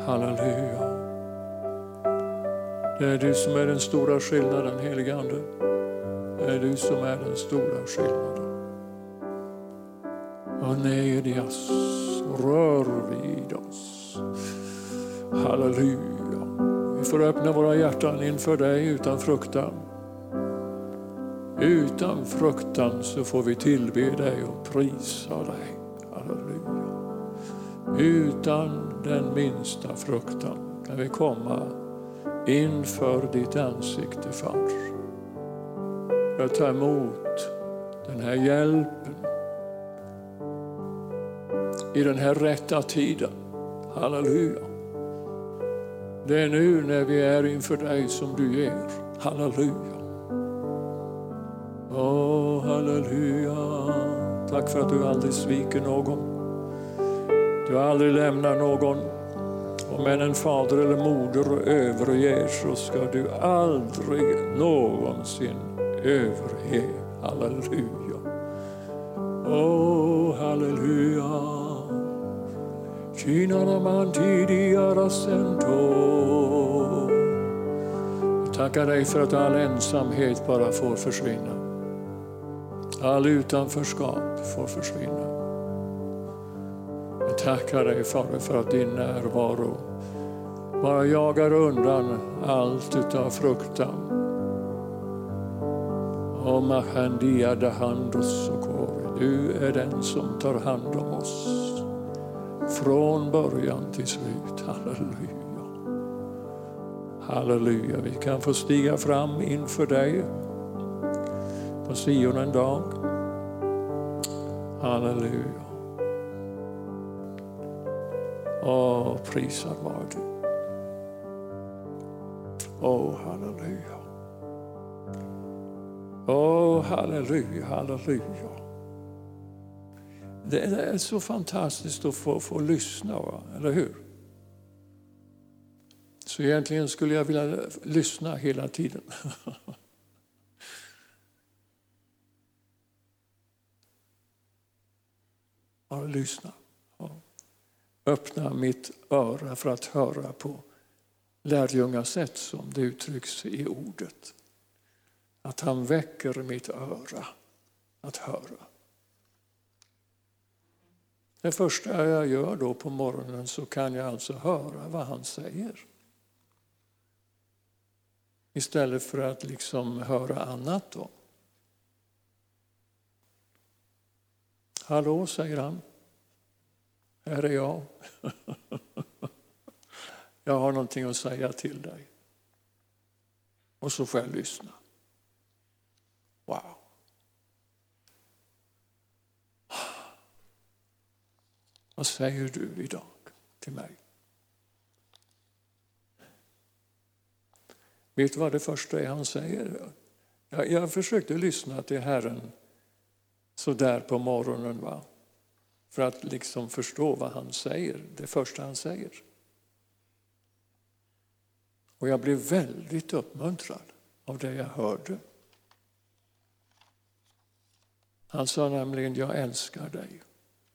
Halleluja. Det är du som är den stora skillnaden, helige Ande. Det är du som är den stora skillnaden. Anedias, rör vid oss. Halleluja. Vi får öppna våra hjärtan inför dig utan fruktan. Utan fruktan så får vi tillbe dig och prisa dig. Halleluja. Utan den minsta fruktan kan vi komma inför ditt ansikte, Fader. För att ta emot den här hjälpen i den här rätta tiden. Halleluja. Det är nu när vi är inför dig som du ger. Halleluja. Åh, halleluja. Tack för att du aldrig sviker någon. Du aldrig lämnar någon. Om en fader eller moder överger så ska du aldrig någonsin överge. Halleluja. Åh, halleluja. Kinana man tidigare sento. Tackar dig för att all ensamhet bara får försvinna. All utanförskap får försvinna. Jag tackar dig, Fader, för att din närvaro bara jagar undan allt utav fruktan. Och Machandia Dahandos och Kore, du är den som tar hand om oss från början till slut. Halleluja. Halleluja. Vi kan få stiga fram inför dig på Sion en dag. Halleluja. Åh, prisad var du. Åh, halleluja. Åh, halleluja, halleluja. Det är så fantastiskt att få lyssna, va? Eller hur? Så egentligen skulle jag vilja lyssna hela tiden. Ja, lyssna. Ja. Öppna mitt öra för att höra på lärjungasätt som det uttrycks i ordet. Att han väcker mitt öra att höra. Det första jag gör då på morgonen så kan jag alltså höra vad han säger. Istället för att liksom höra annat då. Hallå, säger han. Här är jag. Jag har någonting att säga till dig. Och så får jag lyssna. Wow. Vad säger du idag till mig? Vet du vad det första är han säger? Jag försökte lyssna till Herren så där på morgonen, va? För att liksom förstå vad han säger, det första han säger. Och jag blev väldigt uppmuntrad av det jag hörde. Han sa nämligen, jag älskar dig.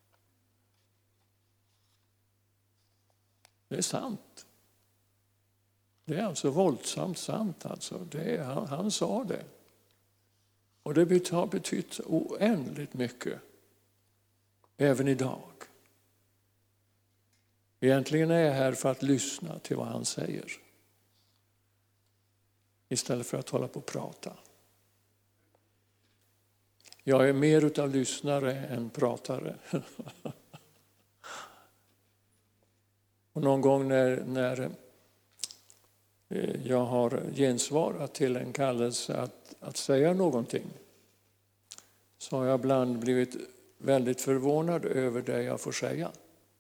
Det är sant. Det är alltså våldsamt sant. Alltså. Han sa det. Och det har betytt oändligt mycket. Även idag. Egentligen är jag här för att lyssna till vad han säger. Istället för att hålla på och prata. Jag är mer utav lyssnare än pratare. Och någon gång när jag har gensvarat till en kallelse att säga någonting, så har jag ibland blivit väldigt förvånad över det jag får säga.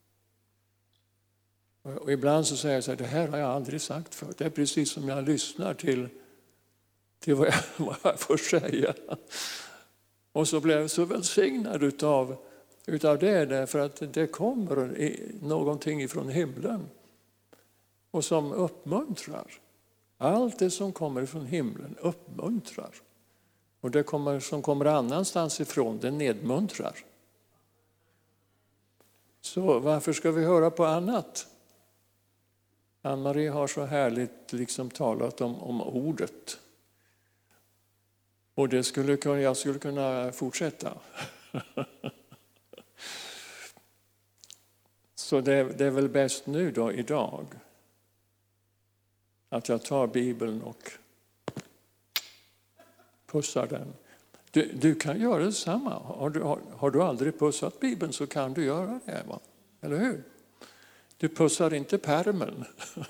Och ibland så säger jag så här, det här har jag aldrig sagt förut. Det är precis som jag lyssnar till vad jag får säga. Och så blev jag så välsignad utav det, därför att det kommer någonting ifrån himlen. Och som uppmuntrar. Allt det som kommer från himlen uppmuntrar. Och det som kommer annanstans ifrån, det nedmuntrar. Så varför ska vi höra på annat? Ann-Marie har så härligt liksom talat om ordet. Och jag skulle kunna fortsätta. Så det är väl bäst nu då idag att jag tar Bibeln och pussar den. Du kan göra detsamma. Har du aldrig pussat Bibeln så kan du göra det. Va? Eller hur? Du pussar inte pärmen.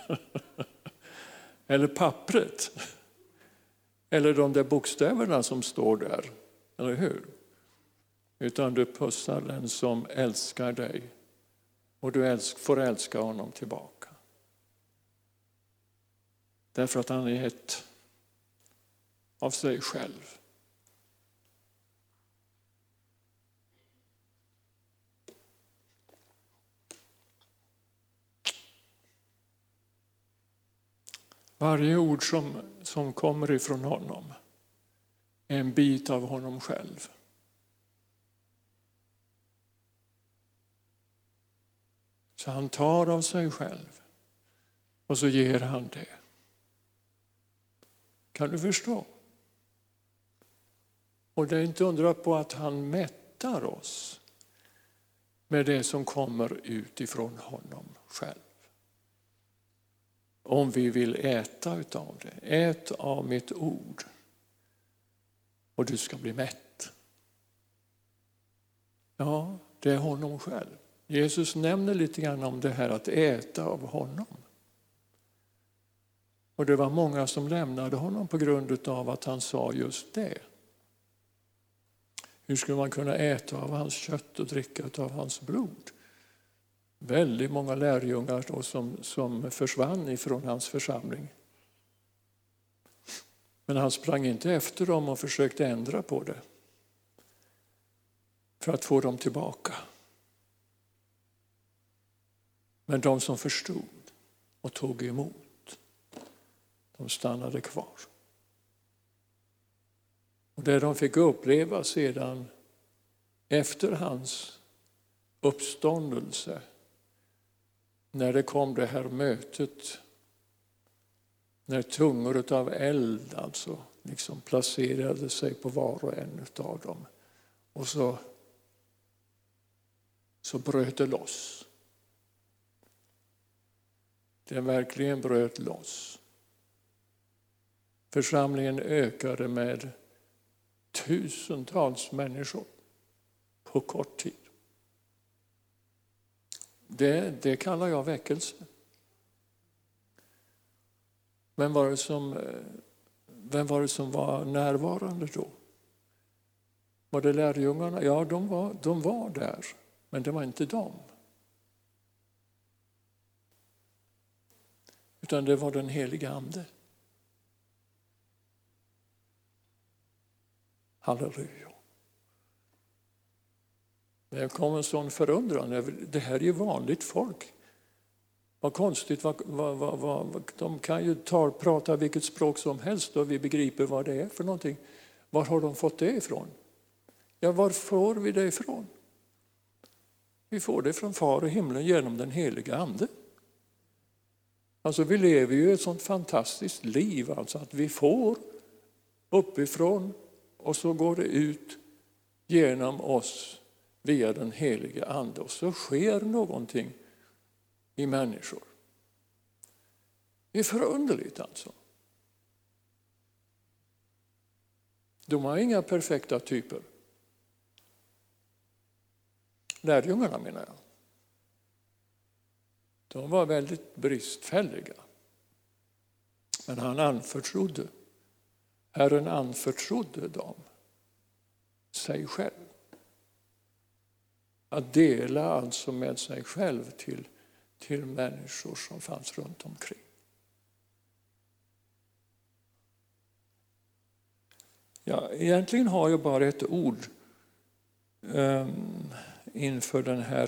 Eller pappret. Eller de där bokstäverna som står där. Eller hur? Utan du pussar den som älskar dig. Och du får älska honom tillbaka. Därför att han är ett av sig själv. Varje ord som kommer ifrån honom är en bit av honom själv. Så han tar av sig själv och så ger han det. Kan du förstå? Och det är inte undra på att han mättar oss med det som kommer utifrån honom själv. Om vi vill äta utav det. Ät av mitt ord och du ska bli mätt. Ja, det är honom själv. Jesus nämner lite grann om det här att äta av honom. Och det var många som lämnade honom på grund av att han sa just det. Hur skulle man kunna äta av hans kött och dricka av hans blod? Väldigt många lärjungar då som försvann ifrån hans församling. Men han sprang inte efter dem och försökte ändra på det. För att få dem tillbaka. Men de som förstod och tog emot, de stannade kvar. Och det de fick uppleva sedan efter hans uppståndelse, när det kom det här mötet, när tungor av eld alltså liksom placerade sig på var och en av dem. Och så bröt det loss. Det verkligen bröt loss. Församlingen ökade med tusentals människor på kort tid. Det kallar jag väckelse. Vem var det som var närvarande då? Var det lärjungarna? Ja, de var där, men det var inte dem. Utan det var den heliga ande. Halleluja. Det kom en sån förundran. Det här är ju vanligt folk. Vad konstigt. De kan ju prata vilket språk som helst och vi begriper vad det är för någonting. Var har de fått det ifrån? Ja, var får vi det ifrån? Vi får det från Far i himlen genom den heliga ande. Alltså vi lever ju ett sånt fantastiskt liv. Alltså att vi får uppifrån och så går det ut genom oss via den heliga ande. Och så sker någonting i människor. Det är förunderligt alltså. De har inga perfekta typer. Lärjungarna menar jag. De var väldigt bristfälliga. Men Herren anförtrodde dem sig själv. Att dela alltså med sig själv till människor som fanns runt omkring. Ja, egentligen har jag bara ett ord inför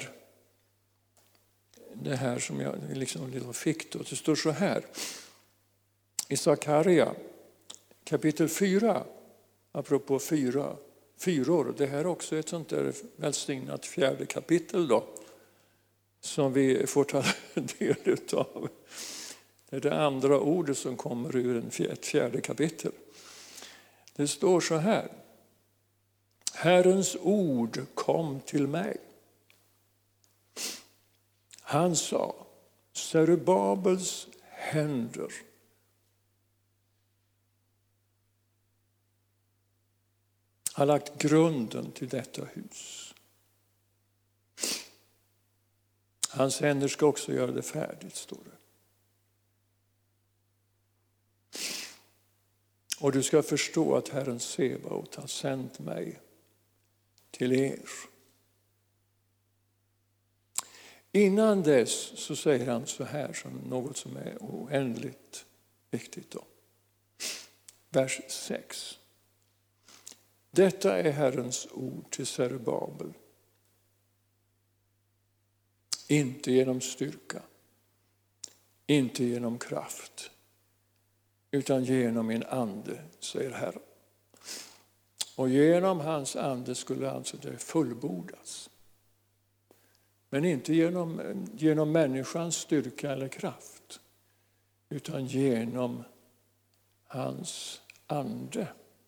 det här som jag liksom fick då. Det står så här i Sakaria kapitel 4, apropå fyror. Det här är också ett sånt där välsignat 4:e kapitel då, som vi får ta del av Det är det andra ordet som kommer ur ett fjärde kapitel. Det står så här. Herrens ord kom till mig. Han sa, Zerubabels händer har lagt grunden till detta hus. Hans händer ska också göra det färdigt, står det. Och du ska förstå att Herren Sebaot har sänt mig till er. Innan dess så säger han så här, som något som är oändligt viktigt då. Vers 6. Detta är Herrens ord till Zerubabel. Inte genom styrka, inte genom kraft, utan genom min ande, säger Herren. Och genom hans ande skulle alltså det fullbordas. Men inte genom människans styrka eller kraft, utan genom hans ande.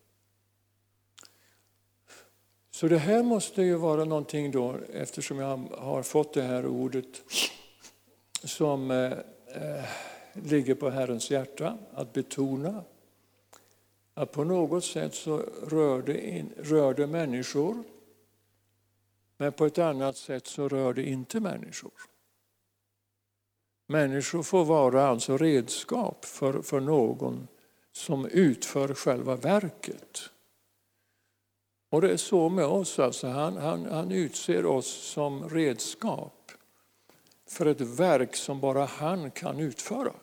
Så det här måste ju vara någonting då, eftersom jag har fått det här ordet som ligger på Herrens hjärta, att betona att på något sätt så rörde människor, men på ett annat sätt så rör det inte människor. Människor får vara alltså redskap för någon som utför själva verket. Och det är så med oss, alltså. Han utser oss som redskap för ett verk som bara han kan utföra.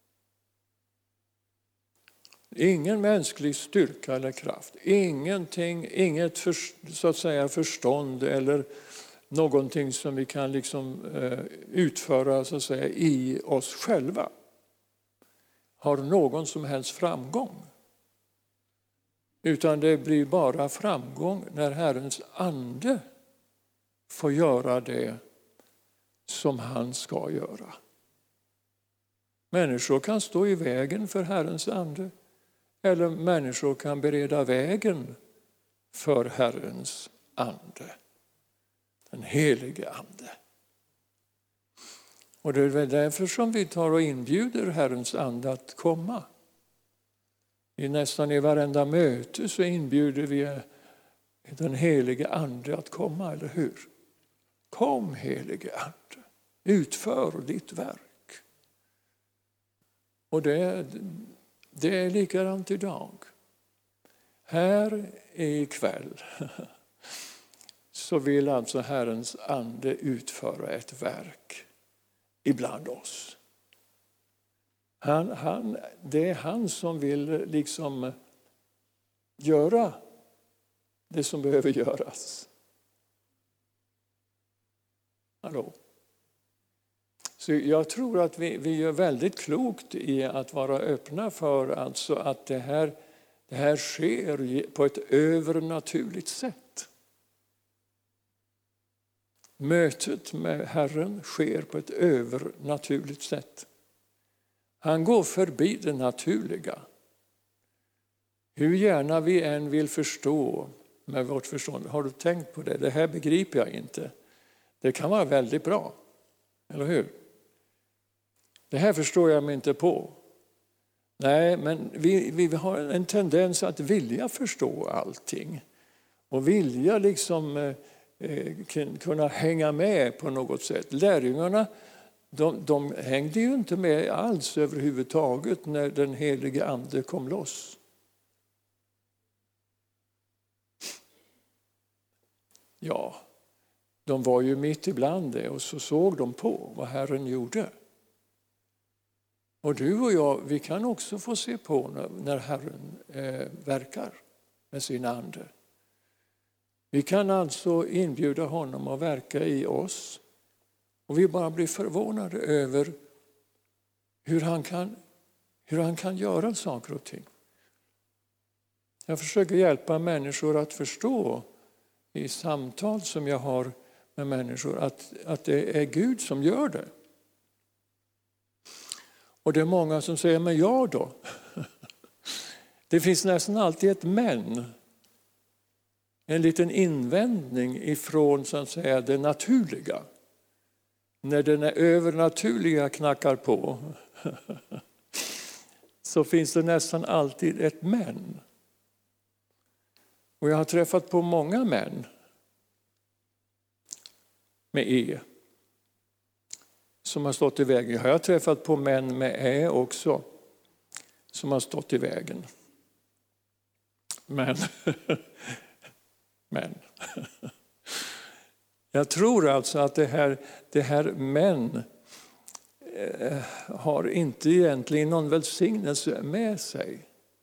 Ingen mänsklig styrka eller kraft, inget så att säga förstånd eller någonting som vi kan liksom utföra så att säga i oss själva har någon som helst framgång. Utan det blir bara framgång när Herrens ande får göra det som han ska göra. Människor kan stå i vägen för Herrens ande. Eller människor kan bereda vägen för Herrens ande. Den helige ande. Och det är väl därför som vi tar och inbjuder Herrens ande att komma. Nästan i varenda möte så inbjuder vi den helige ande att komma, eller hur? Kom helige ande, utför ditt verk. Och det är likadant idag. Här ikväll så vill alltså Herrens ande utföra ett verk ibland oss. Det är han som vill liksom göra det som behöver göras. Hallå? Så jag tror att vi gör väldigt klokt i att vara öppna för alltså att det här sker på ett övernaturligt sätt. Mötet med Herren sker på ett övernaturligt sätt. Han går förbi det naturliga. Hur gärna vi än vill förstå med vårt förstånd. Har du tänkt på det? Det här begriper jag inte. Det kan vara väldigt bra. Eller hur? Det här förstår jag mig inte på. Nej, men vi har en tendens att vilja förstå allting. Och vilja liksom kunna hänga med på något sätt. Lärjungarna, de hängde ju inte med alls överhuvudtaget när den helige ande kom loss. Ja, de var ju mitt ibland det och så såg de på vad Herren gjorde. Och du och jag, vi kan också få se på när Herren verkar med sin ande. Vi kan alltså inbjuda honom att verka i oss. Och vi bara blir förvånade över hur han kan göra saker och ting. Jag försöker hjälpa människor att förstå i samtal som jag har med människor att det är Gud som gör det. Och det är många som säger, men ja då. Det finns nästan alltid ett men. En liten invändning ifrån så att säga det naturliga. När den övernaturliga knackar på så finns det nästan alltid ett men. Och jag har träffat på många män med E som har stått i vägen. Jag har träffat på män med Ä också som har stått i vägen. Men jag tror alltså att det här män har inte egentligen någon välsignelse med sig.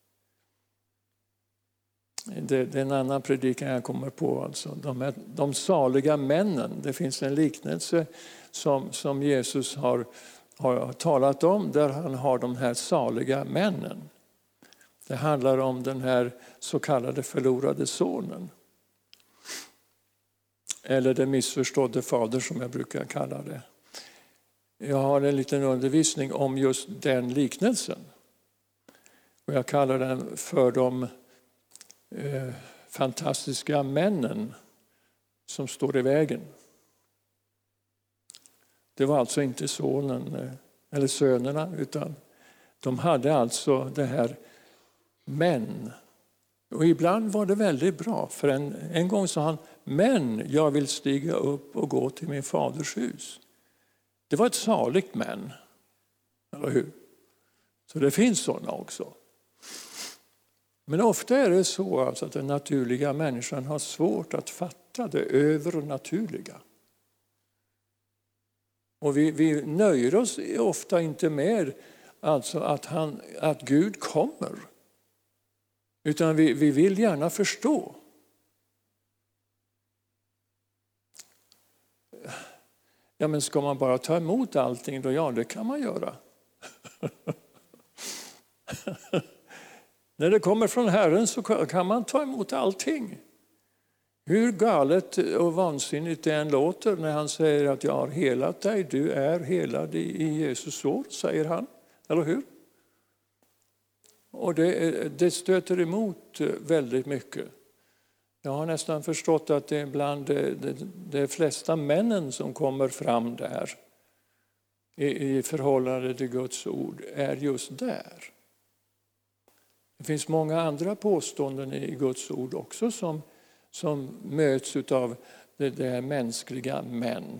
Det är en annan predikan jag kommer på. Alltså. De saliga männen. Det finns en liknelse som Jesus har talat om där han har de här saliga männen. Det handlar om den här så kallade förlorade sonen. Eller den missförstådde fader som jag brukar kalla det. Jag har en liten undervisning om just den liknelsen. Och jag kallar den för de fantastiska männen som står i vägen. Det var alltså inte sonen eller sönerna utan de hade alltså det här men. Och ibland var det väldigt bra för en gång sa han, men jag vill stiga upp och gå till min faders hus. Det var ett saligt men, eller hur? Så det finns sådana också. Men ofta är det så alltså att den naturliga människan har svårt att fatta det övernaturliga. Och vi nöjer oss ofta inte med alltså att Gud kommer. Utan vi vill gärna förstå. Ja, men ska man bara ta emot allting då? Ja, det kan man göra. När det kommer från Herren så kan man ta emot allting. Hur galet och vansinnigt det än låter när han säger att jag har helat dig. Du är helad i Jesus ord, säger han. Eller hur? Och det stöter emot väldigt mycket. Jag har nästan förstått att det är bland de flesta männen som kommer fram där i förhållande till Guds ord är just där. Det finns många andra påståenden i Guds ord också som möts av det mänskliga män.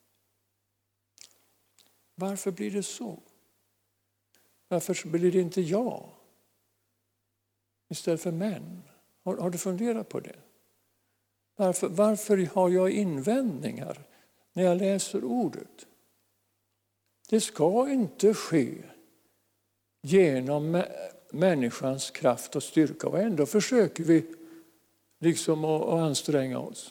Varför blir det så? Varför blir det inte jag istället för män? Har du funderat på det? Varför har jag invändningar när jag läser ordet? Det ska inte ske genom människans kraft och styrka. Och ändå försöker vi liksom att anstränga oss.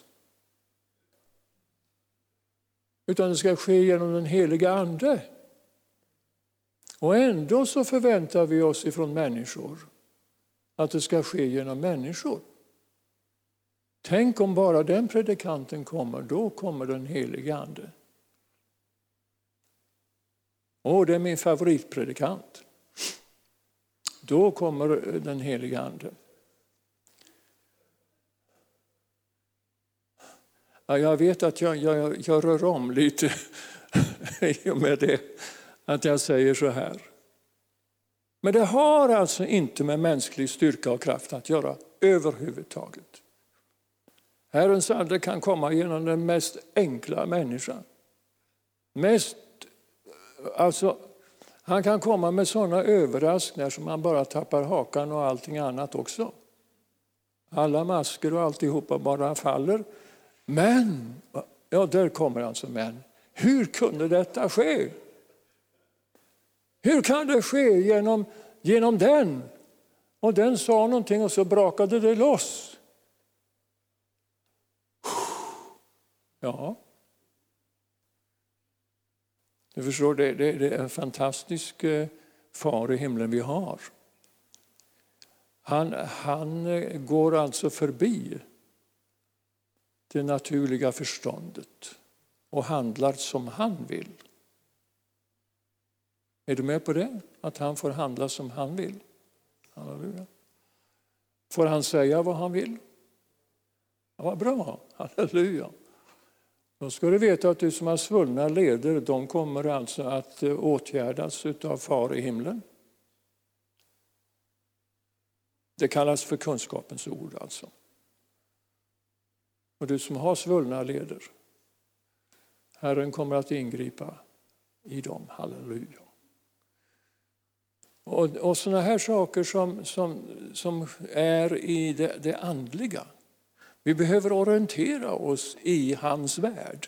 Utan det ska ske genom den heliga ande. Och ändå så förväntar vi oss ifrån människor att det ska ske genom människor. Tänk om bara den predikanten kommer, då kommer den heliga ande. Det är min favoritpredikant. Då kommer den heliga ande. Ja, jag vet att jag rör om lite i och med det att jag säger så här. Men det har alltså inte med mänsklig styrka och kraft att göra överhuvudtaget. Herrens ande kan komma genom den mest enkla människan. Han kan komma med sådana överraskningar som man bara tappar hakan och allting annat också. Alla masker och alltihopa bara faller. Men, ja där kommer alltså men. Hur kunde detta ske? Hur kan det ske genom den? Och den sa någonting och så brakade det loss. Ja. Du förstår, det är en fantastisk far i himlen vi har. Han går alltså förbi det naturliga förståndet och handlar som han vill. Är du med på det? Att han får handla som han vill. Halleluja. Får han säga vad han vill? Ja, vad bra. Halleluja. Då ska du veta att du som har svullna leder, de kommer alltså att åtgärdas av far i himlen. Det kallas för kunskapens ord alltså. Och du som har svullna leder, Herren kommer att ingripa i dem. Halleluja. Och sådana här saker som är i det andliga. Vi behöver orientera oss i hans värld.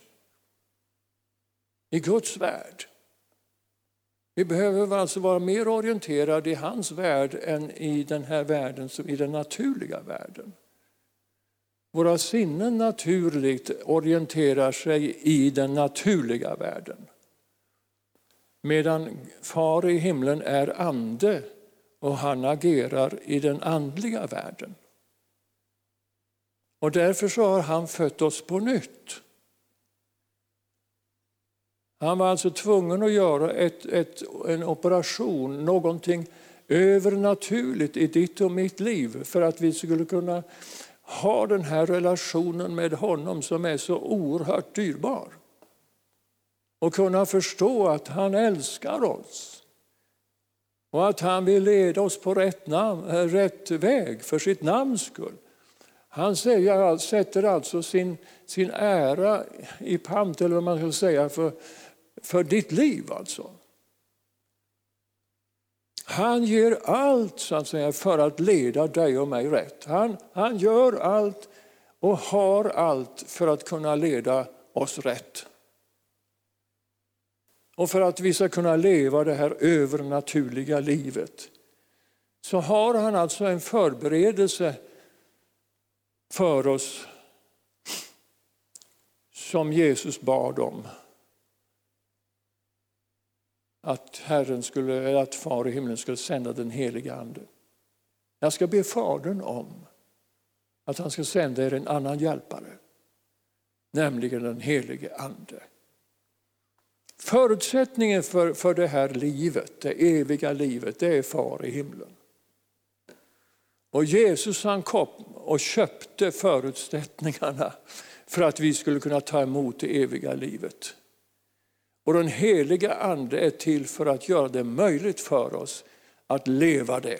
I Guds värld. Vi behöver alltså vara mer orienterade i hans värld än i den här världen, som i den naturliga världen. Våra sinnen naturligt orienterar sig i den naturliga världen. Medan far i himlen är ande och han agerar i den andliga världen. Och därför så har han fött oss på nytt. Han var alltså tvungen att göra en operation, någonting övernaturligt i ditt och mitt liv för att vi skulle kunna ha den här relationen med honom som är så oerhört dyrbar. Och kunna förstå att han älskar oss. Och att han vill leda oss på rätt väg för sitt namns skull. Han sätter alltså sin ära i pant, eller vad man ska säga, för ditt liv alltså. Han ger allt så att säga för att leda dig och mig rätt. Han gör allt och har allt för att kunna leda oss rätt. Och för att vi ska kunna leva det här övernaturliga livet så har han alltså en förberedelse för oss som Jesus bad om. Att far i himlen skulle sända den heliga ande. Jag ska be fadern om att han ska sända er en annan hjälpare. Nämligen den helige ande. Förutsättningen för det här livet, det eviga livet, det är far i himlen. Och Jesus han kom och köpte förutsättningarna för att vi skulle kunna ta emot det eviga livet. Och den heliga ande är till för att göra det möjligt för oss att leva det.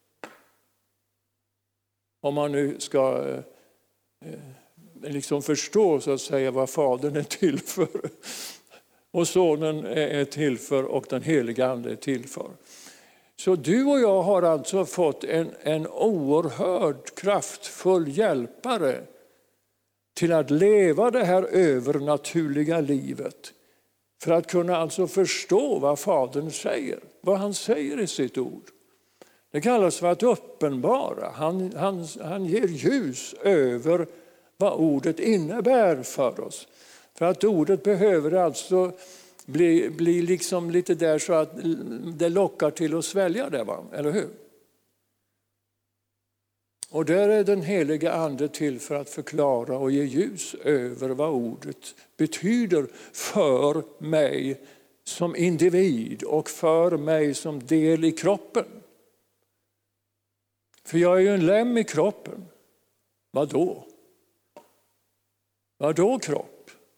Om man nu ska liksom förstå så att säga vad fadern är till för. Och sonen är till för och den heliga ande är till för. Så du och jag har alltså fått en oerhört kraftfull hjälpare till att leva det här övernaturliga livet. För att kunna alltså förstå vad fadern säger, vad han säger i sitt ord. Det kallas för att uppenbara. Han ger ljus över vad ordet innebär för oss. För att ordet behöver alltså bli liksom lite där så att det lockar till att svälja det, va? Eller hur? Och där är den heliga ande till för att förklara och ge ljus över vad ordet betyder för mig som individ och för mig som del i kroppen. För jag är ju en lem i kroppen. Vad då? Vad då kropp?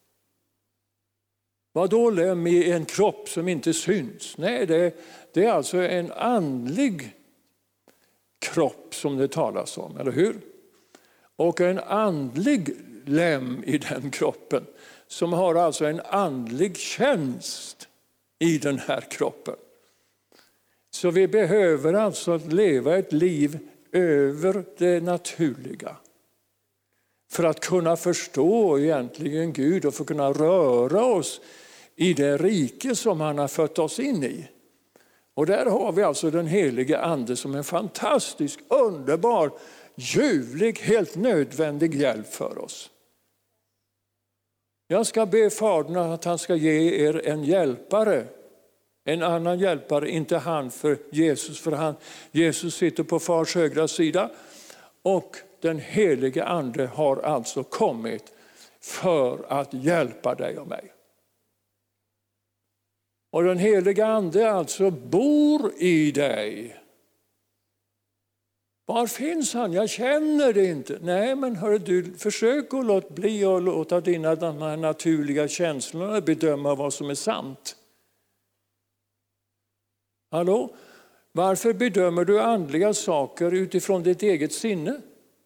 Vad då lem i en kropp som inte syns? Nej, det är alltså en andlig kropp som det talas om, eller hur? Och en andlig lem i den kroppen som har alltså en andlig tjänst i den här kroppen. Så vi behöver alltså leva ett liv över det naturliga för att kunna förstå egentligen Gud och för att kunna röra oss i det rike som han har fött oss in i. Och där har vi alltså den helige ande som en fantastisk, underbar, ljuvlig, helt nödvändig hjälp för oss. Jag ska be fadern att han ska ge er en hjälpare. En annan hjälpare, inte han för Jesus. Jesus sitter på fars högra sida. Och den helige ande har alltså kommit för att hjälpa dig och mig. Och den heliga ande alltså bor i dig. Var finns han? Jag känner det inte. Nej, men hörru du, försök att låta bli och låta de här naturliga känslorna bedöma vad som är sant. Hallå? Varför bedömer du andliga saker utifrån ditt eget sinne?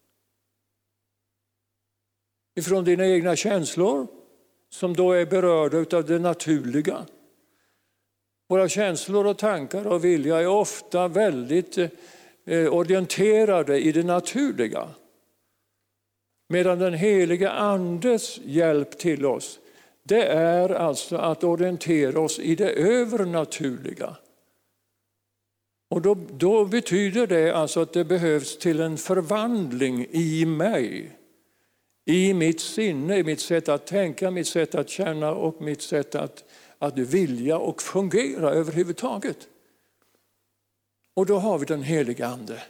Ifrån dina egna känslor som då är berörda av det naturliga. Våra känslor och tankar och vilja är ofta väldigt orienterade i det naturliga. Medan den heliga andes hjälp till oss, det är alltså att orientera oss i det övernaturliga. Och då betyder det alltså att det behövs till en förvandling i mig. I mitt sinne, i mitt sätt att tänka, mitt sätt att känna och mitt sätt att vilja och fungera överhuvudtaget. Och då har vi den heliga ande.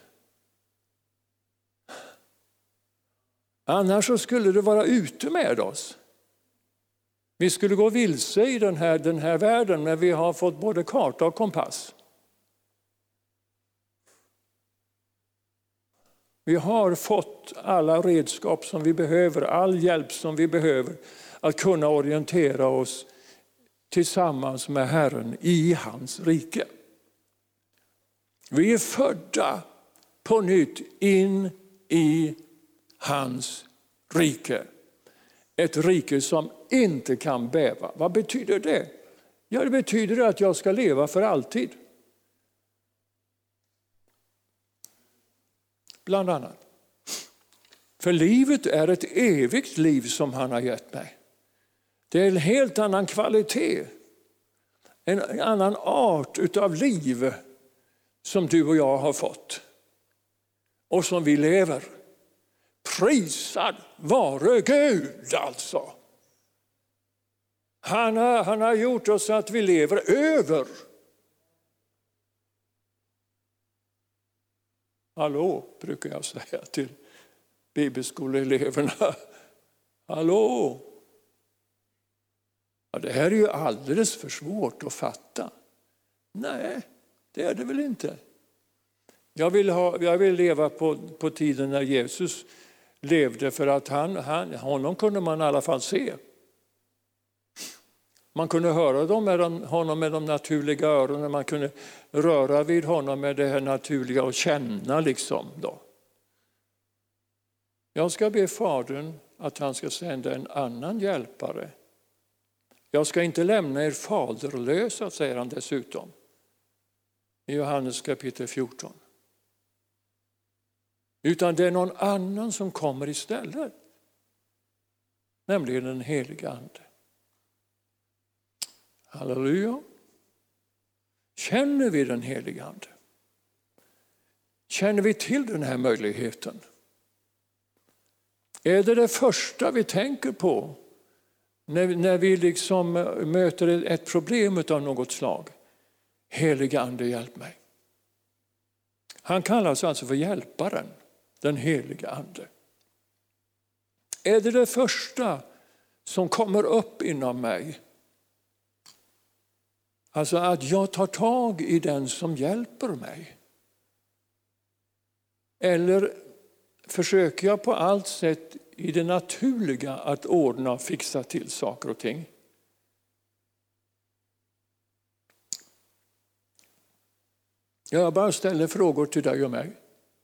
Annars så skulle det vara ute med oss. Vi skulle gå vilse i den här världen, men vi har fått både karta och kompass. Vi har fått alla redskap som vi behöver, all hjälp som vi behöver att kunna orientera oss tillsammans med Herren i hans rike. Vi är födda på nytt in i hans rike. Ett rike som inte kan bäva. Vad betyder det? Ja, det betyder att jag ska leva för alltid. Bland annat. För livet är ett evigt liv som han har gett mig. Det är en helt annan kvalitet. En annan art utav liv som du och jag har fått. Och som vi lever. Prisad vare Gud alltså. Han har gjort oss så att vi lever över. Hallå, brukar jag säga till bibelskoleeleverna. Hallå. Ja, det här är ju alldeles för svårt att fatta. Nej, det är det väl inte. Jag vill leva på tiden när Jesus levde, för att honom kunde man i alla fall se. Man kunde höra honom med de naturliga öronen, man kunde röra vid honom med det här naturliga och känna liksom då. Jag ska be Fadern att han ska sända en annan hjälpare. Jag ska inte lämna er faderlösa, säger han dessutom. I Johannes kapitel 14. Utan det är någon annan som kommer istället. Nämligen den heliga ande. Halleluja. Känner vi den heliga ande? Känner vi till den här möjligheten? Är det första vi tänker på när vi liksom möter ett problem av något slag? Heliga ande, hjälp mig. Han kallas alltså för hjälparen, den heliga ande. Är det första som kommer upp inom mig? Alltså att jag tar tag i den som hjälper mig. Eller försöker jag på allt sätt i det naturliga att ordna och fixa till saker och ting? Jag bara ställer frågor till dig och mig.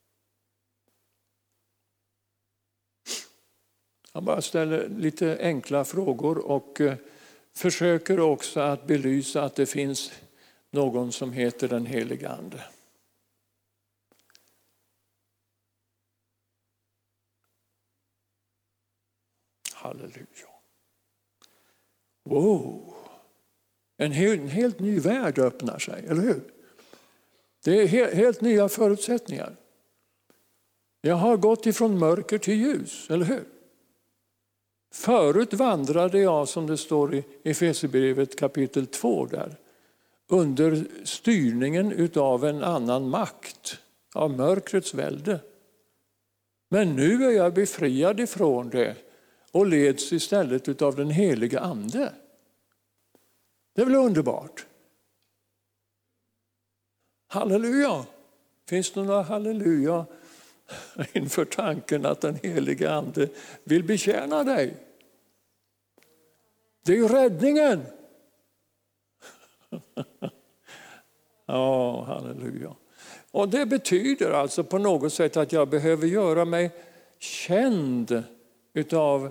Jag bara ställer lite enkla frågor och försöker också att belysa att det finns någon som heter den heliga ande. Halleluja. Wow. En helt ny värld öppnar sig, eller hur? Det är helt nya förutsättningar. Jag har gått ifrån mörker till ljus, eller hur? Förut vandrade jag, som det står i Efesierbrevet kapitel 2 där, under styrningen av en annan makt, av mörkrets välde. Men nu är jag befriad ifrån det och leds istället av den heliga ande. Det är väl underbart? Halleluja! Finns det några halleluja inför tanken att den helige ande vill betjäna dig? Det är ju räddningen. Ja, halleluja. Och det betyder alltså på något sätt att jag behöver göra mig känd utav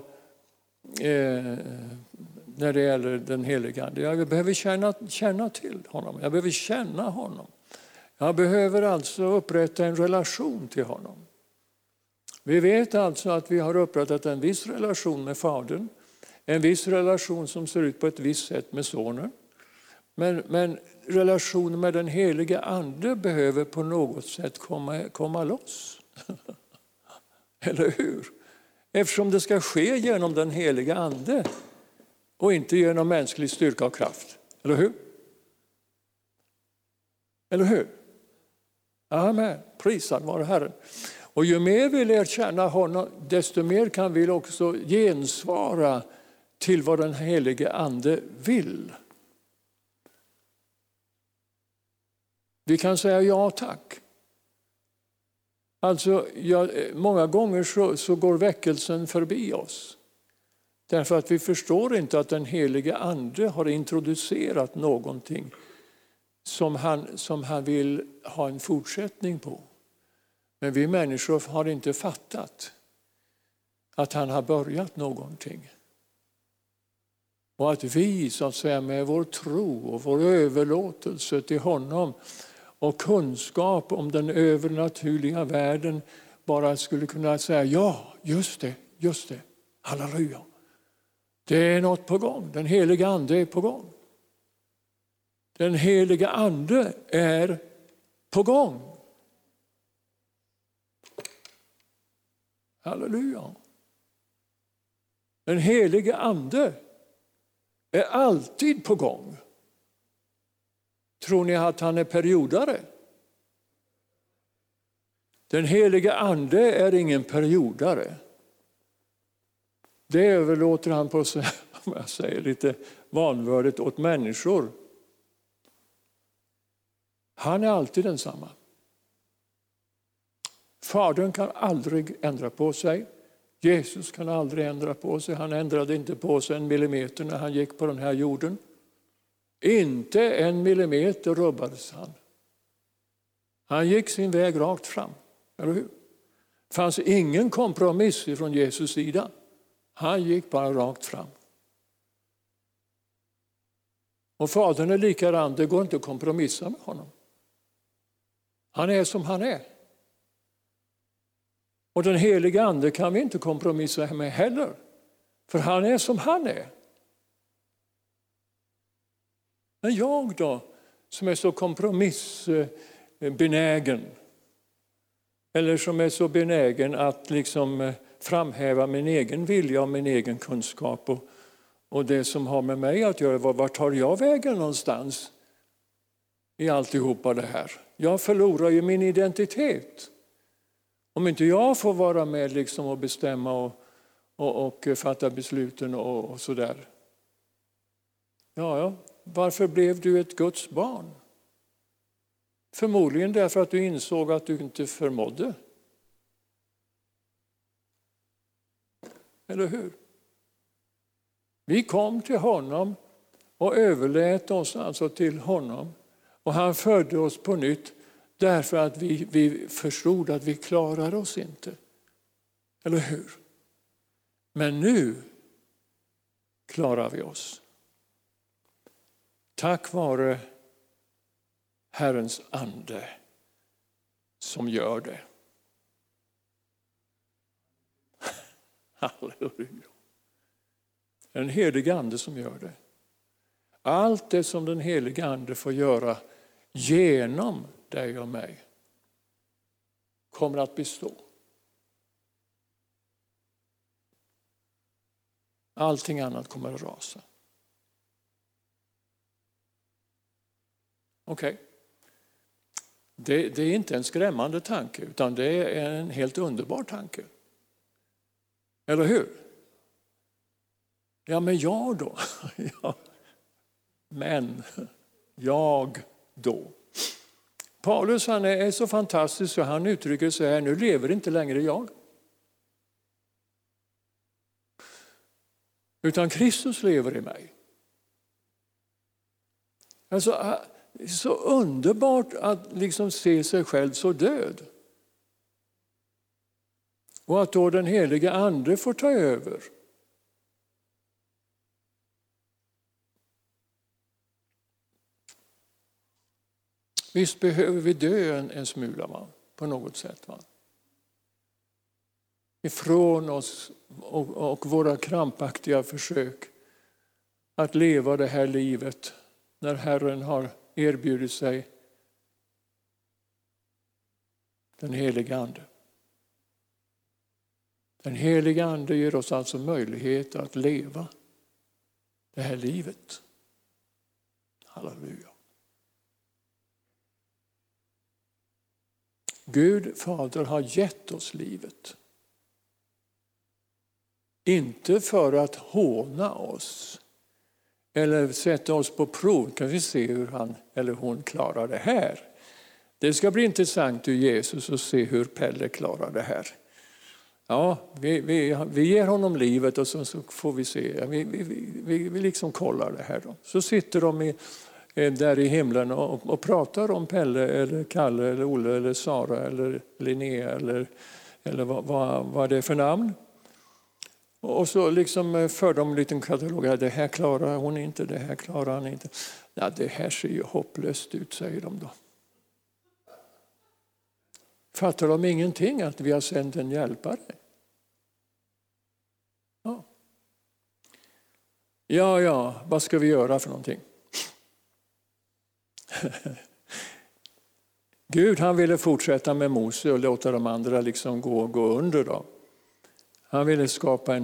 när det gäller den helige ande. Jag behöver känna till honom. Jag behöver känna honom. Jag behöver alltså upprätta en relation till honom. Vi vet alltså att vi har upprättat en viss relation med Fadern. En viss relation som ser ut på ett visst sätt med Sonen. Men relationen med den helige ande behöver på något sätt komma loss. Eller hur? Eftersom det ska ske genom den helige ande och inte genom mänsklig styrka och kraft. Eller hur? Eller hur? Amen. Prisad vare Herren. Och ju mer vi lär känna honom, desto mer kan vi också gensvara till vad den helige ande vill. Vi kan säga ja tack. Alltså, många gånger så går väckelsen förbi oss. Därför att vi förstår inte att den helige ande har introducerat någonting som han vill ha en fortsättning på. Men vi människor har inte fattat att han har börjat någonting. Och att vi så att säga med vår tro och vår överlåtelse till honom och kunskap om den övernaturliga världen bara skulle kunna säga ja, just det, halleluja. Det är något på gång, den heliga ande är på gång. Den heliga ande är på gång. Halleluja. Den heliga ande är alltid på gång. Tror ni att han är periodare? Den heliga ande är ingen periodare. Det överlåter han på sig, om jag säger lite vanvördigt, åt människor. Han är alltid densamma. Fadern kan aldrig ändra på sig. Jesus kan aldrig ändra på sig. Han ändrade inte på sig en millimeter när han gick på den här jorden. Inte en millimeter rubbades han. Han gick sin väg rakt fram. Eller hur? Det fanns ingen kompromiss från Jesus sida. Han gick bara rakt fram. Och Fadern är likadan. Det går inte att kompromissa med honom. Han är som han är. Och den heliga ande kan vi inte kompromissa med heller. För han är som han är. Men jag då, som är så kompromissbenägen. Eller som är så benägen att liksom framhäva min egen vilja och min egen kunskap. Och det som har med mig att göra, var tar jag vägen någonstans i alltihopa det här? Jag förlorar ju min identitet. Om inte jag får vara med liksom och bestämma och fatta besluten och sådär. Ja, varför blev du ett Guds barn? Förmodligen därför att du insåg att du inte förmådde. Eller hur? Vi kom till honom och överlät oss alltså till honom. Och han födde oss på nytt därför att vi förstod att vi klarar oss inte. Eller hur? Men nu klarar vi oss. Tack vare Herrens ande som gör det. Halleluja. En helig ande som gör det. Allt det som den heliga ande får göra genom dig och mig kommer att bestå. Allting annat kommer att rasa. Okej. Det är inte en skrämmande tanke, utan det är en helt underbar tanke. Eller hur? Ja, men jag då? Ja. Men jag då? Paulus han är så fantastisk så han uttrycker sig här, nu lever inte längre jag. Utan Kristus lever i mig. Alltså, så underbart att liksom se sig själv så död. Och att då den heliga ande får ta över. Visst behöver vi dö en smula på något sätt. Ifrån oss och våra krampaktiga försök att leva det här livet när Herren har erbjudit sig den heliga ande. Den heliga ande ger oss alltså möjlighet att leva det här livet. Halleluja. Gud, Fader, har gett oss livet. Inte för att håna oss eller sätta oss på prov. Kan vi se hur han eller hon klarar det här. Det ska bli intressant ur Jesus att se hur Pelle klarar det här. Ja, vi ger honom livet och så får vi se. Vi liksom kollar det här då. Så sitter de där i himlen och pratar om Pelle eller Kalle eller Olle eller Sara eller Linnea eller vad det är för namn. Och så liksom för de en liten katalog. Det här klarar hon inte, det här klarar han inte. Ja, det här ser ju hopplöst ut, säger de då. Fattar de ingenting att vi har sänt en hjälpare? Ja, vad ska vi göra för någonting? Gud, han ville fortsätta med Mose och låta de andra liksom gå under då. Han ville skapa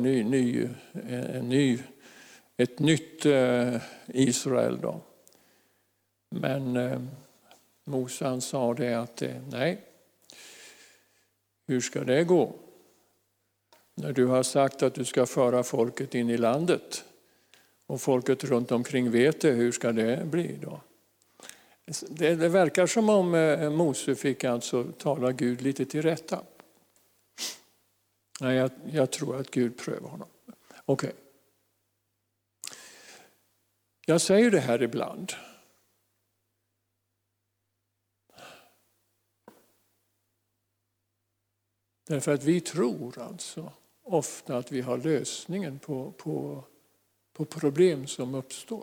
ett nytt Israel då. Men Mose han sa det att nej, hur ska det gå? När du har sagt att du ska föra folket in i landet och folket runt omkring vet det, hur ska det bli då? Det verkar som om Mose fick alltså tala Gud lite till rätta. Nej, jag tror att Gud prövar honom. Okej. Jag säger det här ibland. Därför att vi tror alltså ofta att vi har lösningen på problem som uppstår.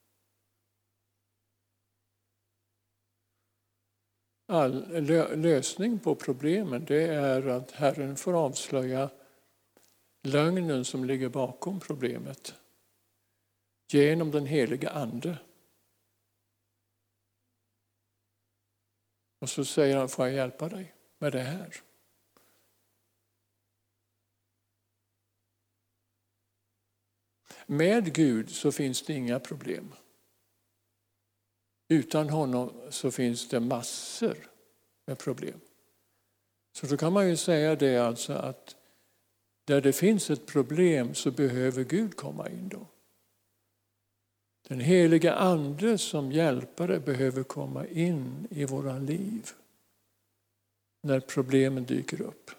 Lösning på problemen det är att Herren får avslöja lögnen som ligger bakom problemet genom den heliga ande. Och så säger han, får jag hjälpa dig med det här? Med Gud så finns det inga problem. Utan honom så finns det massor med problem. Så då kan man ju säga det alltså att där det finns ett problem så behöver Gud komma in då. Den heliga ande som hjälpare behöver komma in i våra liv när problemen dyker upp.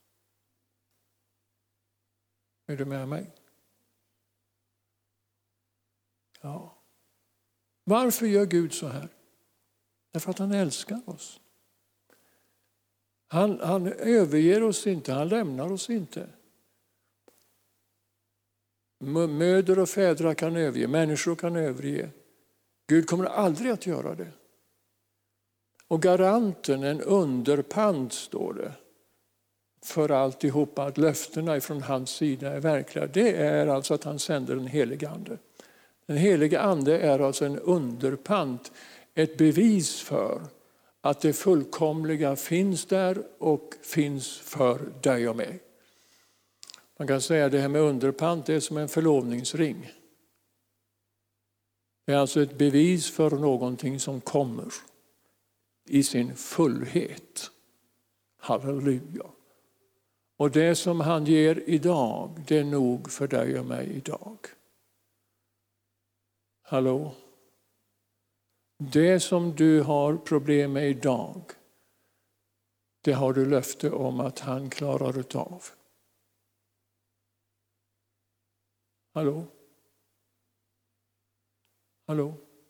Är du med mig? Ja. Varför gör Gud så här? Därför att han älskar oss. Han överger oss inte, han lämnar oss inte. Mödrar och fäder kan överge, människor kan överge. Gud kommer aldrig att göra det. Och garanten, en underpant står det, för alltihopa att löftena från hans sida är verkliga. Det är alltså att han sänder den heliga ande. Den heliga ande är alltså en underpant, ett bevis för att det fullkomliga finns där och finns för dig och mig. Man kan säga att det här med underpant är som en förlovningsring. Det är alltså ett bevis för någonting som kommer i sin fullhet. Halleluja. Och det som han ger idag, det är nog för dig och mig idag. Hallå? Det som du har problem med idag, det har du löfte om att han klarar utav. Hallå? Hallå?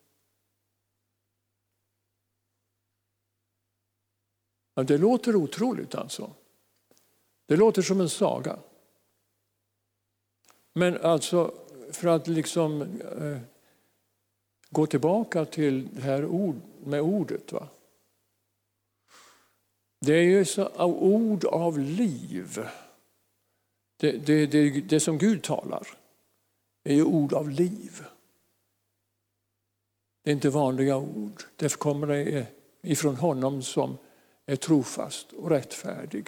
Ja, det låter otroligt alltså. Det låter som en saga. Men alltså, för att liksom gå tillbaka till det här med ordet. Va? Det är ju så ord av liv. Det som Gud talar är ju ord av liv. Det är inte vanliga ord. Därför kommer det ifrån honom som är trofast och rättfärdig.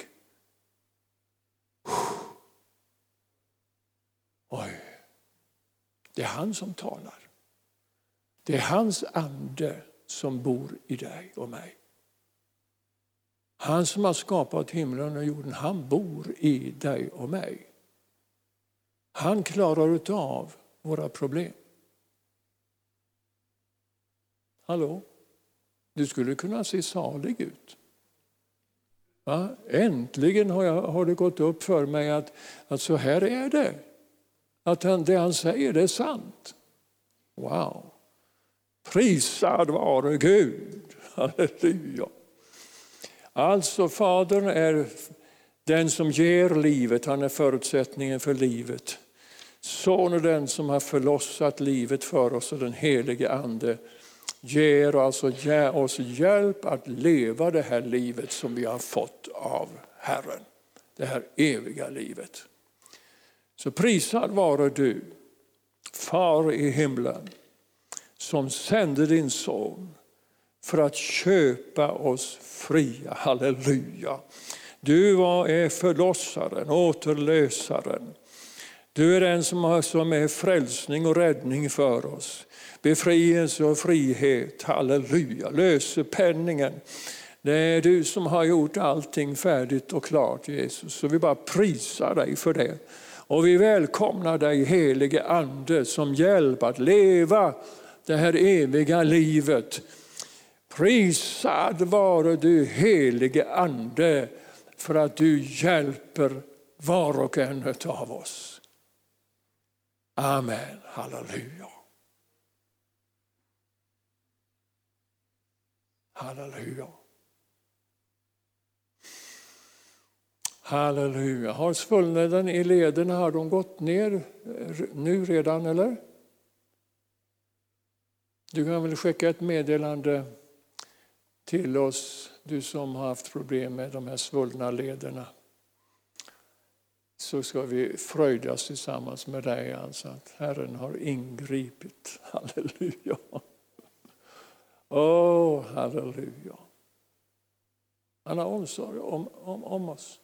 Oj. Det är han som talar. Det är hans ande som bor i dig och mig. Han som har skapat himlen och jorden, han bor i dig och mig. Han klarar utav våra problem. Hallå? Du skulle kunna se salig ut. Va? Äntligen har det gått upp för mig att så här är det. Att det han säger, det är sant. Wow. Prisad vare Gud. Halleluja. Alltså Fadern är den som ger livet. Han är förutsättningen för livet. Son är den som har förlossat livet för oss, och den helige ande ger oss hjälp att leva det här livet som vi har fått av Herren. Det här eviga livet. Så prisad vare du, Far i himlen, som sände din son för att köpa oss fria. Halleluja. Du är förlossaren, återlösaren. Du är den som är frälsning och räddning för oss. Befrielse och frihet. Halleluja. Lösepenningen. Det är du som har gjort allting färdigt och klart, Jesus. Så vi bara prisar dig för det. Och vi välkomnar dig, helige ande, som hjälp att leva det här eviga livet. Prisad vare du, helige ande, för att du hjälper var och en av oss. Amen. Halleluja. Halleluja. Halleluja. Har svullnaden i lederna, har de gått ner nu redan, eller? Du kan väl skicka ett meddelande till oss, du som har haft problem med de här svullna lederna. Så ska vi fröjdas tillsammans med dig, alltså att Herren har ingripit. Halleluja. Halleluja. Han har omsorg om oss.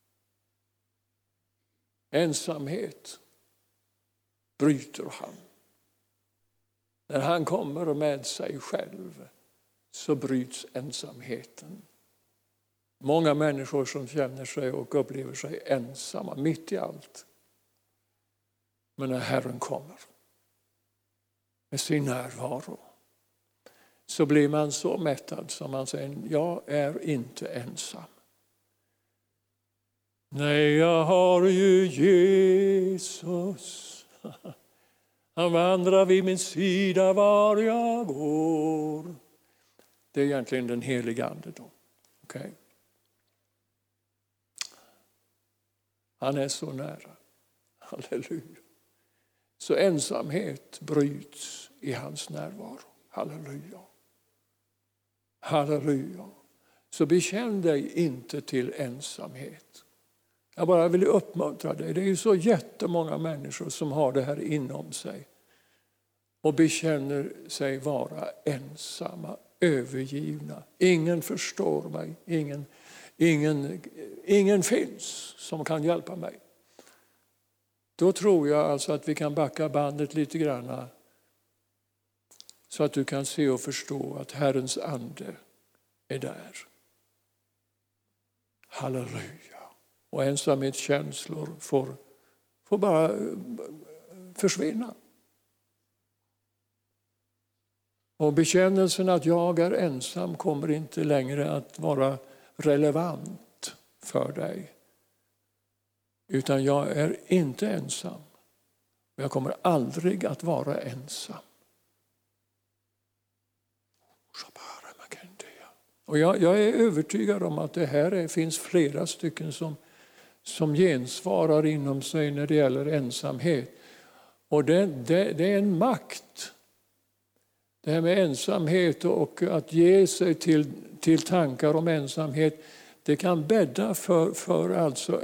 Ensamhet bryter han. När han kommer med sig själv så bryts ensamheten. Många människor som känner sig och upplever sig ensamma mitt i allt. Men när Herren kommer med sin närvaro så blir man så mättad som man säger, jag är inte ensam. Nej, jag har ju Jesus. Han vandrar vid min sida var jag går. Det är egentligen den heliga ande då. Okay. Han är så nära. Halleluja. Så ensamhet bryts i hans närvaro. Halleluja. Halleluja. Så bekänn dig inte till ensamhet. Jag bara vill uppmuntra dig. Det är ju så jättemånga människor som har det här inom sig. Och bekänner sig vara ensamma, övergivna. Ingen förstår mig. Ingen finns som kan hjälpa mig. Då tror jag alltså att vi kan backa bandet lite grann. Så att du kan se och förstå att Herrens ande är där. Halleluja. Och ensamhetskänslor får bara försvinna. Och bekännelsen att jag är ensam kommer inte längre att vara relevant för dig. Utan jag är inte ensam. Jag kommer aldrig att vara ensam. Och jag är övertygad om att det här finns flera stycken som gensvarar inom sig när det gäller ensamhet. Och det är en makt. Det här med ensamhet och att ge sig till tankar om ensamhet, det kan bädda för alltså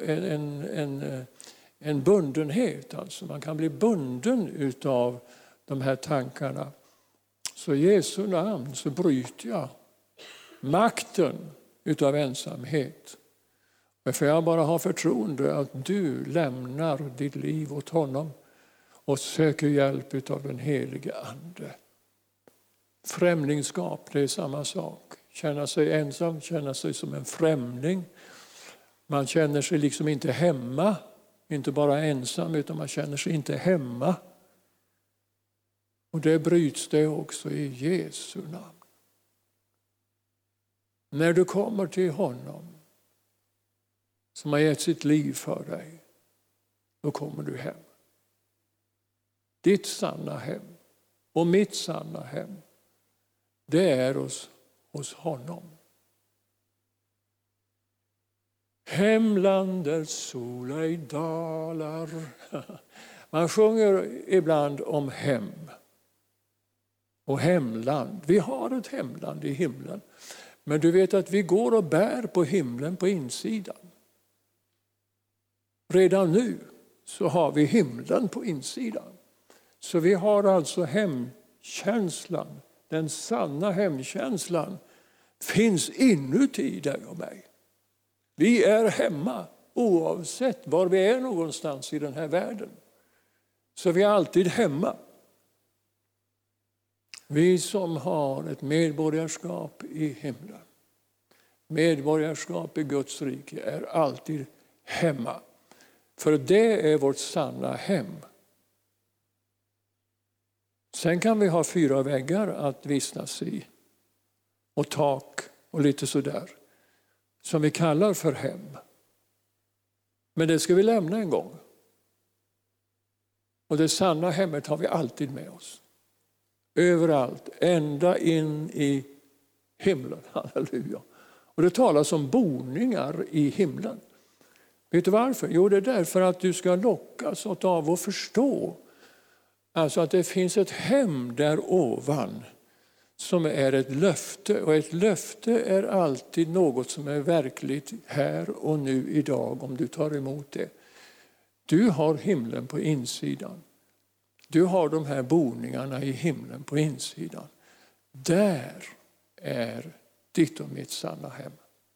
en bundenhet. Alltså man kan bli bunden av de här tankarna. Så i Jesu namn så bryter jag makten utav ensamhet. För jag bara har förtroende att du lämnar ditt liv åt honom och söker hjälp utav den helige Ande. Främlingskap, det är samma sak. Känna sig ensam, känna sig som en främling. Man känner sig liksom inte hemma. Inte bara ensam, utan man känner sig inte hemma. Och det bryts det också i Jesu namn. När du kommer till honom som har gett sitt liv för dig, då kommer du hem. Ditt sanna hem och mitt sanna hem, det är hos honom. Hemland där sola i dalar. Man sjunger ibland om hem och hemland. Vi har ett hemland i himlen. Men du vet att vi går och bär på himlen på insidan. Redan nu så har vi himlen på insidan. Så vi har alltså hemkänslan, den sanna hemkänslan finns inuti dig och mig. Vi är hemma oavsett var vi är någonstans i den här världen. Så vi är alltid hemma. Vi som har ett medborgarskap i himlen, medborgarskap i Guds rike, är alltid hemma. För det är vårt sanna hem. Sen kan vi ha 4 väggar att vistas i och tak och lite sådär som vi kallar för hem. Men det ska vi lämna en gång. Och det sanna hemmet har vi alltid med oss. Överallt, ända in i himlen. Halleluja. Och det talas om boningar i himlen. Vet du varför? Jo, det är därför att du ska lockas av att förstå. Alltså att det finns ett hem där ovan som är ett löfte. Och ett löfte är alltid något som är verkligt här och nu idag om du tar emot det. Du har himlen på insidan. Du har de här boningarna i himlen på insidan. Där är ditt och mitt sanna hem.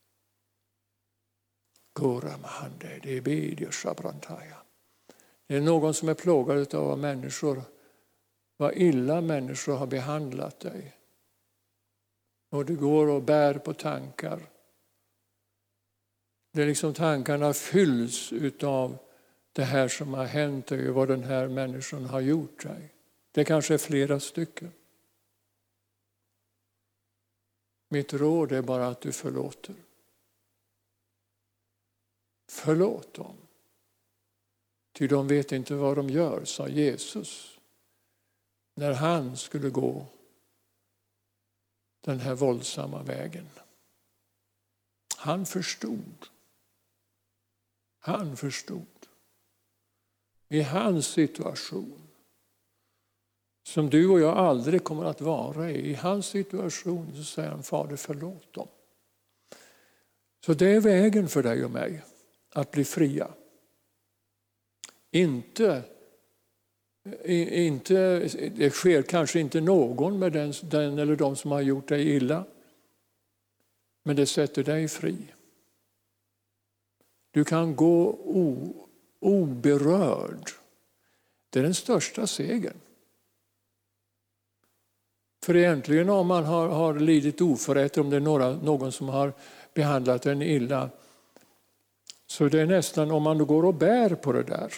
Det är någon som är plågad av människor. Vad illa människor har behandlat dig. Och du går och bär på tankar. Det är liksom tankarna fylls utav det här som har hänt dig och vad den här människan har gjort dig. Det kanske är flera stycken. Mitt råd är bara att du förlåter. Förlåt dem. Ty de vet inte vad de gör, sa Jesus. När han skulle gå den här våldsamma vägen. Han förstod. Han förstod. I hans situation, som du och jag aldrig kommer att vara i hans situation, så säger han: Fader, förlåt dem. Så det är vägen för dig och mig att bli fria. Det sker kanske inte någon med den eller de som har gjort dig illa, men det sätter dig fri. Du kan gå oberörd. Det är den största segern. För egentligen om man har lidit oförrätt, om det är någon som har behandlat en illa, så det är nästan, om man då går och bär på det där,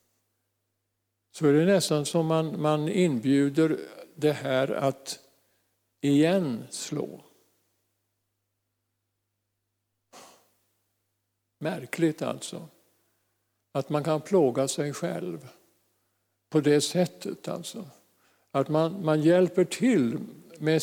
så är det nästan som man inbjuder det här att igen slå. Märkligt alltså. Att man kan plåga sig själv på det sättet alltså. Att man hjälper till med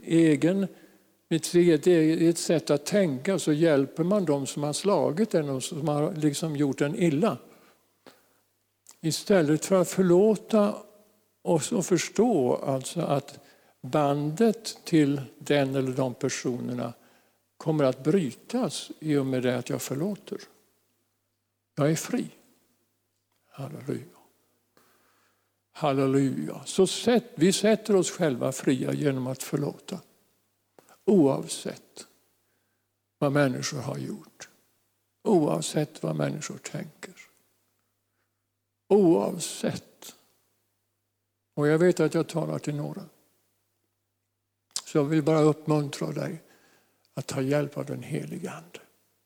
sitt eget sätt att tänka, så hjälper man dem som har slagit en och som har liksom gjort en illa. Istället för att förlåta och förstå alltså att bandet till den eller de personerna kommer att brytas i och med det att jag förlåter. Jag är fri. Halleluja. Halleluja. Så vi sätter oss själva fria genom att förlåta. Oavsett vad människor har gjort. Oavsett vad människor tänker. Oavsett. Och jag vet att jag talar till några. Så jag vill bara uppmuntra dig att ta hjälp av den helige Ande.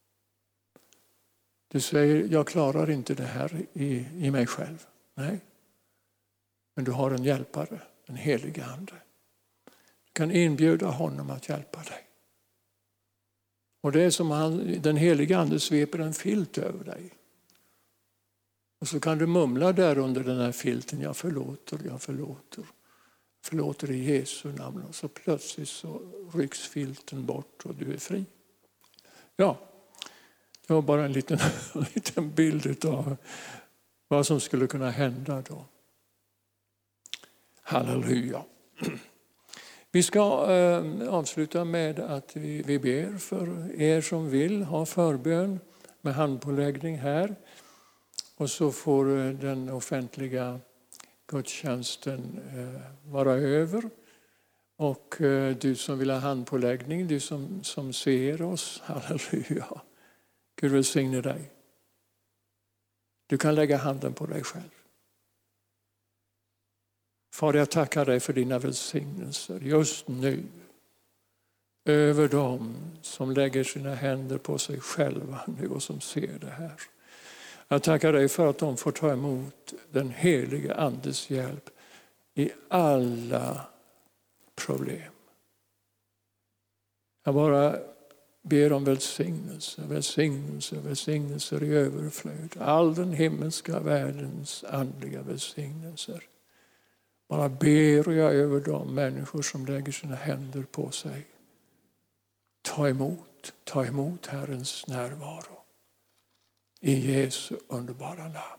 Du säger, jag klarar inte det här i mig själv. Nej. Men du har en hjälpare, en helige Ande. Du kan inbjuda honom att hjälpa dig. Och det är som den helige Ande sveper en filt över dig. Och så kan du mumla där under den här filten, jag förlåter, jag förlåter. Förlåter i Jesu namn. Och så plötsligt så rycks filten bort och du är fri. Ja, det var bara en liten bild av vad som skulle kunna hända då. Halleluja. Vi ska avsluta med att vi ber för er som vill ha förbön med handpåläggning här. Och så får den offentliga gudstjänsten vara över. Och du som vill ha handpåläggning, du som ser oss, halleluja. Gud välsigne dig. Du kan lägga handen på dig själv. Far, jag tackar dig för dina välsignelser just nu. Över dem som lägger sina händer på sig själva nu och som ser det här. Jag tackar dig för att de får ta emot den heliga Andes hjälp i alla problem. Jag bara ber om välsignelser i överflöd. All den himmelska världens andliga välsignelser. Bara ber jag över de människor som lägger sina händer på sig. Ta emot Herrens närvaro. I Jesu underbara namn.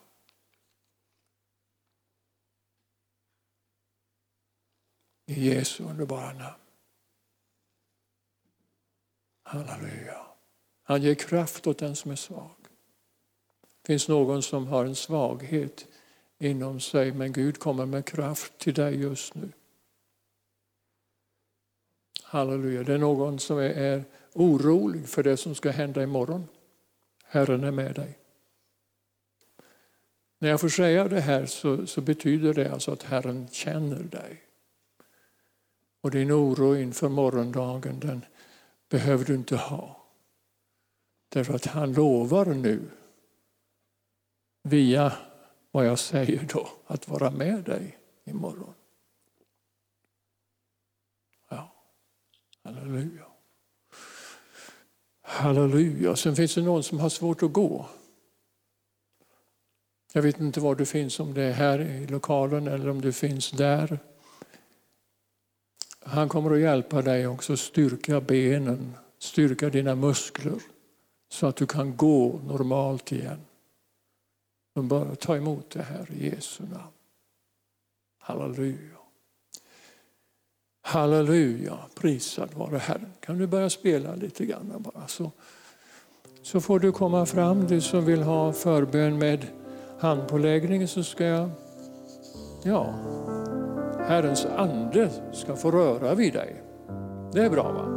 I Jesu underbara namn. Halleluja. Han ger kraft åt den som är svag. Det finns någon som har en svaghet inom sig, men Gud kommer med kraft till dig just nu. Halleluja. Det är någon som är orolig för det som ska hända imorgon. Herren är med dig. När jag får säga det här så betyder det alltså att Herren känner dig. Och din oro inför morgondagen, den behöver du inte ha. Därför att han lovar nu via vad jag säger då, att vara med dig imorgon. Ja, halleluja. Halleluja. Sen finns det någon som har svårt att gå. Jag vet inte var du finns, om det är här i lokalen eller om du finns där. Han kommer att hjälpa dig också, styrka benen, styrka dina muskler så att du kan gå normalt igen. Men bara ta emot det här i Jesu namn. Halleluja. Halleluja, prisad vare Herren. Kan du börja spela lite grann bara så får du komma fram. Du som vill ha förbön med handpåläggning, så ska Herrens ande ska få röra vid dig. Det är bra, va?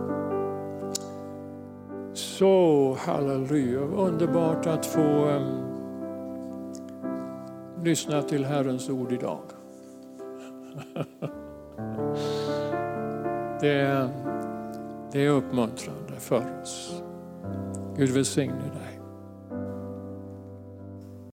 Så halleluja, underbart att få lyssna till Herrens ord idag. Det är uppmuntrande för oss. Gud välsigne dig.